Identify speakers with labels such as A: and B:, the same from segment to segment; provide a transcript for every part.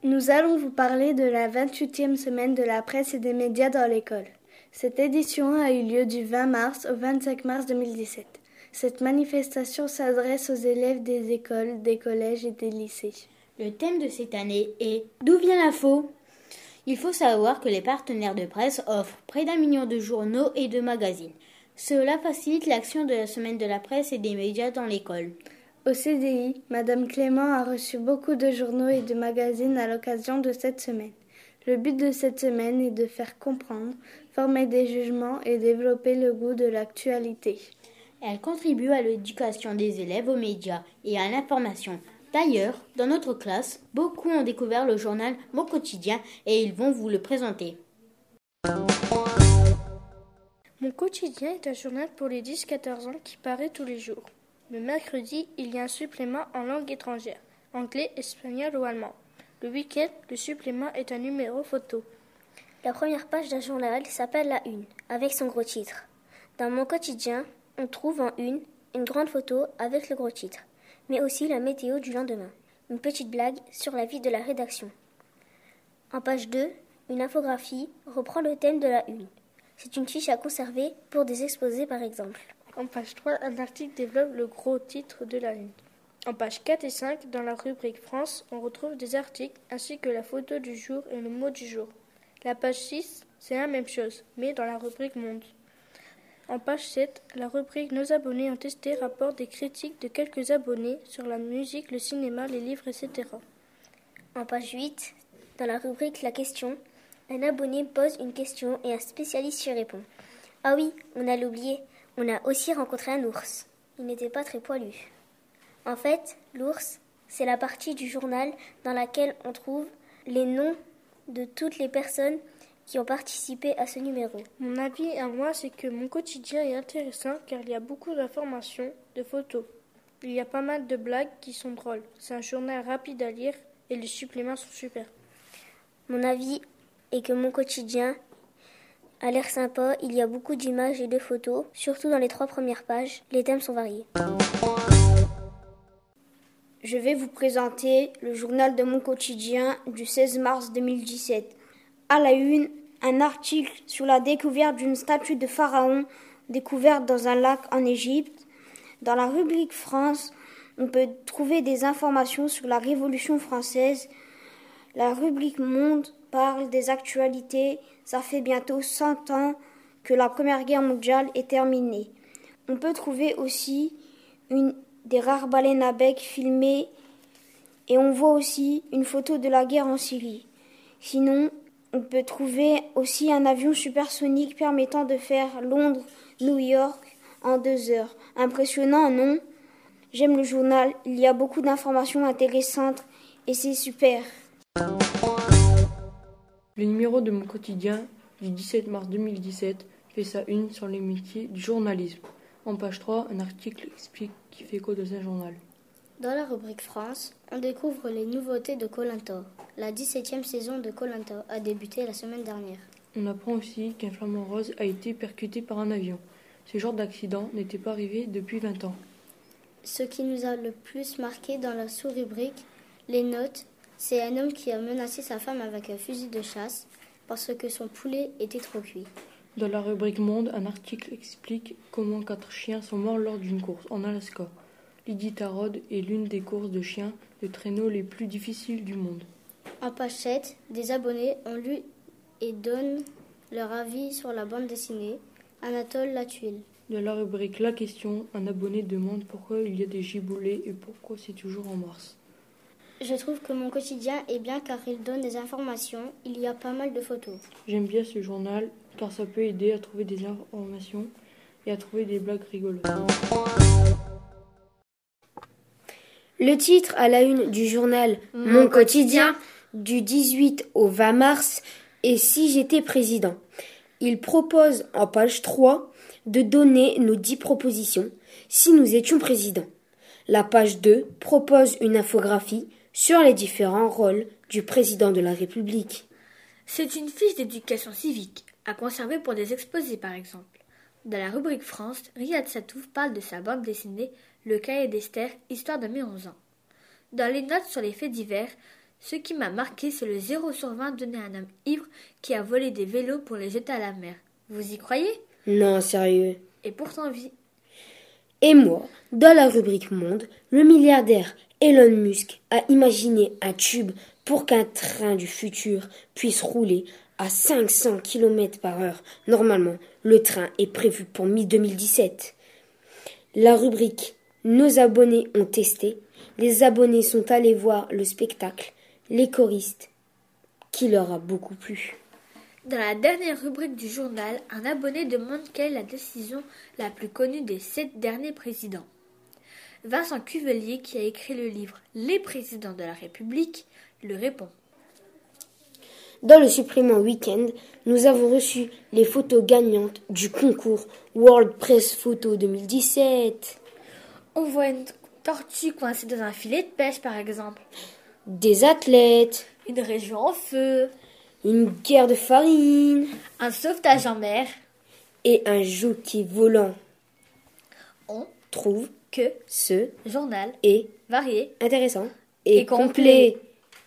A: Nous allons vous parler de la 28e semaine de la presse et des médias dans l'école. Cette édition a eu lieu du 20 mars au 25 mars 2017. Cette manifestation s'adresse aux élèves des écoles, des collèges et des lycées.
B: Le thème de cette année est « D'où vient l'info ?» Il faut savoir que les partenaires de presse offrent près d'1 million de journaux et de magazines. Cela facilite l'action de la semaine de la presse et des médias dans l'école.
A: Au CDI, Madame Clément a reçu beaucoup de journaux et de magazines à l'occasion de cette semaine. Le but de cette semaine est de faire comprendre, former des jugements et développer le goût de l'actualité.
B: Elle contribue à l'éducation des élèves aux médias et à l'information. D'ailleurs, dans notre classe, beaucoup ont découvert le journal Mon Quotidien et ils vont vous le présenter.
C: Mon Quotidien est un journal pour les 10-14 ans qui paraît tous les jours. Le mercredi, il y a un supplément en langue étrangère, anglais, espagnol ou allemand. Le week-end, le supplément est un numéro photo.
D: La première page d'un journal s'appelle la une, avec son gros titre. Dans Mon Quotidien, on trouve en une grande photo avec le gros titre, mais aussi la météo du lendemain, une petite blague sur la vie de la rédaction. En page 2, une infographie reprend le thème de la une. C'est une fiche à conserver pour des exposés par exemple.
C: En page 3, un article développe le gros titre de la une. En pages 4 et 5, dans la rubrique France, on retrouve des articles ainsi que la photo du jour et le mot du jour. La page 6, c'est la même chose, mais dans la rubrique Monde. En page 7, la rubrique Nos abonnés ont testé rapporte des critiques de quelques abonnés sur la musique, le cinéma, les livres, etc.
D: En page 8, dans la rubrique La question, un abonné pose une question et un spécialiste y répond. Ah oui, on a l'oublié, on a aussi rencontré un ours. Il n'était pas très poilu. En fait, l'ours, c'est la partie du journal dans laquelle on trouve les noms de toutes les personnes qui ont participé à ce numéro.
C: Mon avis à moi, c'est que Mon Quotidien est intéressant car il y a beaucoup d'informations, de photos. Il y a pas mal de blagues qui sont drôles. C'est un journal rapide à lire et les suppléments sont super.
D: Mon avis est que Mon Quotidien a l'air sympa, il y a beaucoup d'images et de photos, surtout dans les 3 premières pages. Les thèmes sont variés.
E: Je vais vous présenter le journal de Mon Quotidien du 16 mars 2017. À la une, un article sur la découverte d'une statue de pharaon découverte dans un lac en Égypte. Dans la rubrique France, on peut trouver des informations sur la Révolution française. La rubrique Monde parle des actualités. Ça fait bientôt 100 ans que la Première Guerre mondiale est terminée. On peut trouver aussi des rares baleines à bec filmées et on voit aussi une photo de la guerre en Syrie. Sinon, on peut trouver aussi un avion supersonique permettant de faire Londres-New York en 2 heures. Impressionnant, non? J'aime le journal, il y a beaucoup d'informations intéressantes et c'est super.
F: Le numéro de Mon Quotidien du 17 mars 2017 fait sa une sur les métiers du journalisme. En page 3, un article explique qui fait écho dans un journal.
G: Dans la rubrique France, on découvre les nouveautés de Koh-Lanta. La 17e saison de Koh-Lanta a débuté la semaine dernière.
F: On apprend aussi qu'un flamant rose a été percuté par un avion. Ce genre d'accident n'était pas arrivé depuis 20 ans.
G: Ce qui nous a le plus marqué dans la sous-rubrique Les notes, c'est un homme qui a menacé sa femme avec un fusil de chasse parce que son poulet était trop cuit.
F: Dans la rubrique Monde, un article explique comment 4 chiens sont morts lors d'une course en Alaska. L'Iditarod est l'une des courses de chiens de traîneau les plus difficiles du monde.
G: En page 7, des abonnés ont lu et donnent leur avis sur la bande dessinée Anatole la tuile.
F: Dans la rubrique La question, un abonné demande pourquoi il y a des giboulées et pourquoi c'est toujours en mars.
G: Je trouve que Mon Quotidien est bien car il donne des informations, il y a pas mal de photos.
F: J'aime bien ce journal car ça peut aider à trouver des informations et à trouver des blagues rigolotes.
E: Le titre à la une du journal Mon Quotidien du 18 au 20 mars est Si j'étais président. Il propose en page 3 de donner nos 10 propositions si nous étions présidents. La page 2 propose une infographie sur les différents rôles du président de la République.
H: C'est une fiche d'éducation civique, à conserver pour des exposés par exemple. Dans la rubrique France, Riyad Satouf parle de sa bande dessinée Le Cahier d'Esther, histoire de mes 11 ans. Dans les notes sur les faits divers, Ce qui m'a marqué, c'est le 0 sur 20 donné à un homme ivre qui a volé des vélos pour les jeter à la mer. Vous y croyez?
I: Non, sérieux.
H: Et pourtant, oui.
I: Et moi, dans la rubrique Monde, le milliardaire Elon Musk a imaginé un tube pour qu'un train du futur puisse rouler à 500 km/h. Normalement, le train est prévu pour mi-2017. La rubrique Nos abonnés ont testé. Les abonnés sont allés voir le spectacle, les choristes, qui leur a beaucoup plu.
H: Dans la dernière rubrique du journal, un abonné demande quelle est la décision la plus connue des 7 derniers présidents. Vincent Cuvelier, qui a écrit le livre Les présidents de la République, lui répond.
I: Dans le supplément Week-end, nous avons reçu les photos gagnantes du concours World Press Photo 2017.
H: On voit une tortue coincée dans un filet de pêche, par exemple.
I: Des athlètes.
H: Une région en feu.
I: Une guerre de farine.
H: Un sauvetage en mer.
I: Et un jockey volant.
H: On
I: trouve
H: que
I: ce
H: journal
I: est
H: varié,
I: intéressant et complet.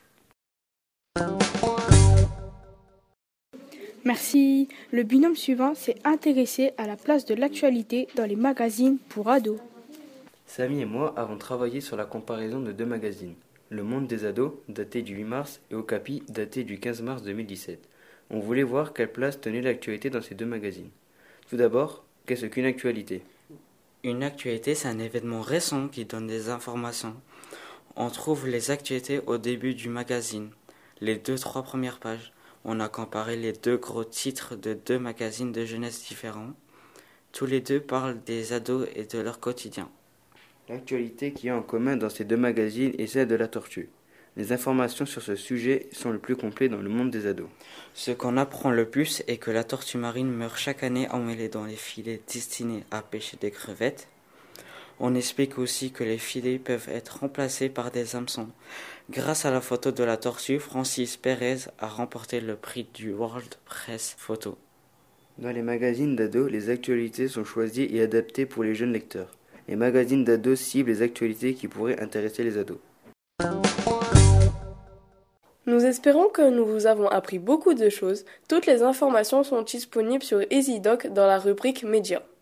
C: Merci. Le binôme suivant s'est intéressé à la place de l'actualité dans les magazines pour ados.
J: Samy et moi avons travaillé sur la comparaison de 2 magazines. Le Monde des ados, daté du 8 mars, et Okapi, daté du 15 mars 2017. On voulait voir quelle place tenait l'actualité dans ces 2 magazines. Tout d'abord, qu'est-ce qu'une actualité?
K: Une actualité, c'est un événement récent qui donne des informations. On trouve les actualités au début du magazine, les 2-3 premières pages. On a comparé les 2 gros titres de 2 magazines de jeunesse différents. Tous les 2 parlent des ados et de leur quotidien.
J: L'actualité qu'il y a en commun dans ces 2 magazines est celle de la tortue. Les informations sur ce sujet sont le plus complet dans le Monde des ados.
K: Ce qu'on apprend le plus est que la tortue marine meurt chaque année emmêlée dans les filets destinés à pêcher des crevettes. On explique aussi que les filets peuvent être remplacés par des hameçons. Grâce à la photo de la tortue, Francis Perez a remporté le prix du World Press Photo.
J: Dans les magazines d'ados, les actualités sont choisies et adaptées pour les jeunes lecteurs. Les magazines d'ados ciblent les actualités qui pourraient intéresser les ados.
L: Nous espérons que nous vous avons appris beaucoup de choses. Toutes les informations sont disponibles sur EasyDoc dans la rubrique Médias.